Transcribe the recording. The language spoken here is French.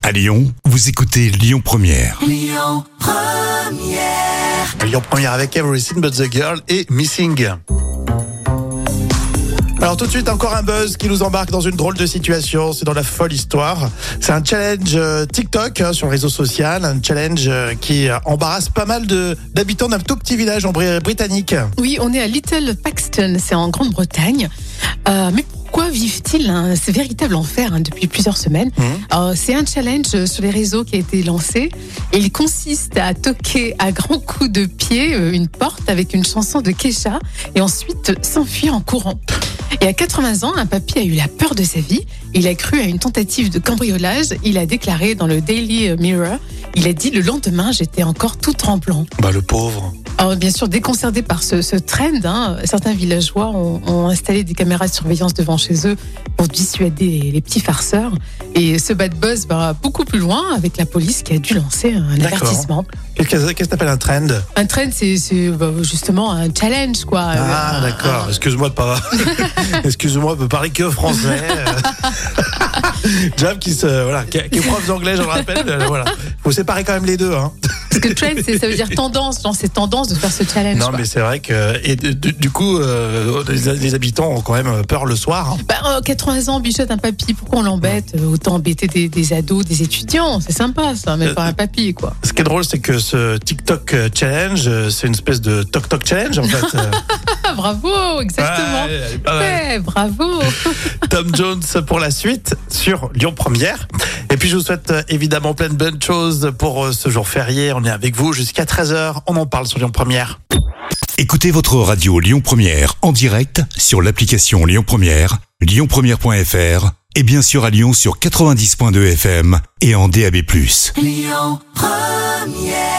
À Lyon, vous écoutez Lyon Première. Lyon Première. Lyon Première avec Everything But The Girl et Missing. Alors tout de suite, encore un buzz qui nous embarque dans une drôle de situation. C'est dans la folle histoire. C'est un challenge TikTok sur le réseau social. Un challenge qui embarrasse pas mal d'habitants d'un tout petit village en britannique. Oui, on est à Little Paxton, c'est en Grande-Bretagne. Mais pourquoi vivent-ils un véritable enfer depuis plusieurs semaines? C'est un challenge sur les réseaux qui a été lancé. Et il consiste à toquer à grands coups de pied une porte avec une chanson de Kesha et ensuite s'enfuir en courant. Et à 80 ans, un papy a eu la peur de sa vie. Il a cru à une tentative de cambriolage. Il a déclaré dans le Daily Mirror, il a dit: le lendemain, j'étais encore tout tremblant. Bah le pauvre. Alors, bien sûr, déconcertés par ce trend, certains villageois ont installé des caméras de surveillance devant chez eux pour dissuader les petits farceurs. Et ce bad buzz va beaucoup plus loin avec la police qui a dû lancer un avertissement. Qu'est-ce que t'appelles un trend? Un trend, c'est justement un challenge, quoi. Ah, d'accord. Excuse-moi Excuse-moi de parler que français. Jam qui est prof d'anglais, je le rappelle. Voilà. Faut séparer quand même les deux, hein. Parce que trend, ça veut dire tendance. Genre, c'est tendance de faire ce challenge. Non, mais c'est vrai que du coup, les habitants ont quand même peur le soir. 80 ans, bichotte un papy, pourquoi on l'embête? Autant embêter des ados, des étudiants. C'est sympa, ça, mais pas un papy, quoi. Ce qui est drôle, c'est que ce TikTok challenge, c'est une espèce de toc-toc challenge, en fait. Bravo, exactement. Ouais, bravo. Tom Jones pour la suite sur Lyon Première. Et puis je vous souhaite évidemment plein de bonnes choses pour ce jour férié. On est avec vous jusqu'à 13h. On en parle sur Lyon Première. Écoutez votre radio Lyon Première en direct sur l'application Lyon Première, lyonpremière.fr et bien sûr à Lyon sur 90.2 FM et en DAB+. Lyon Première.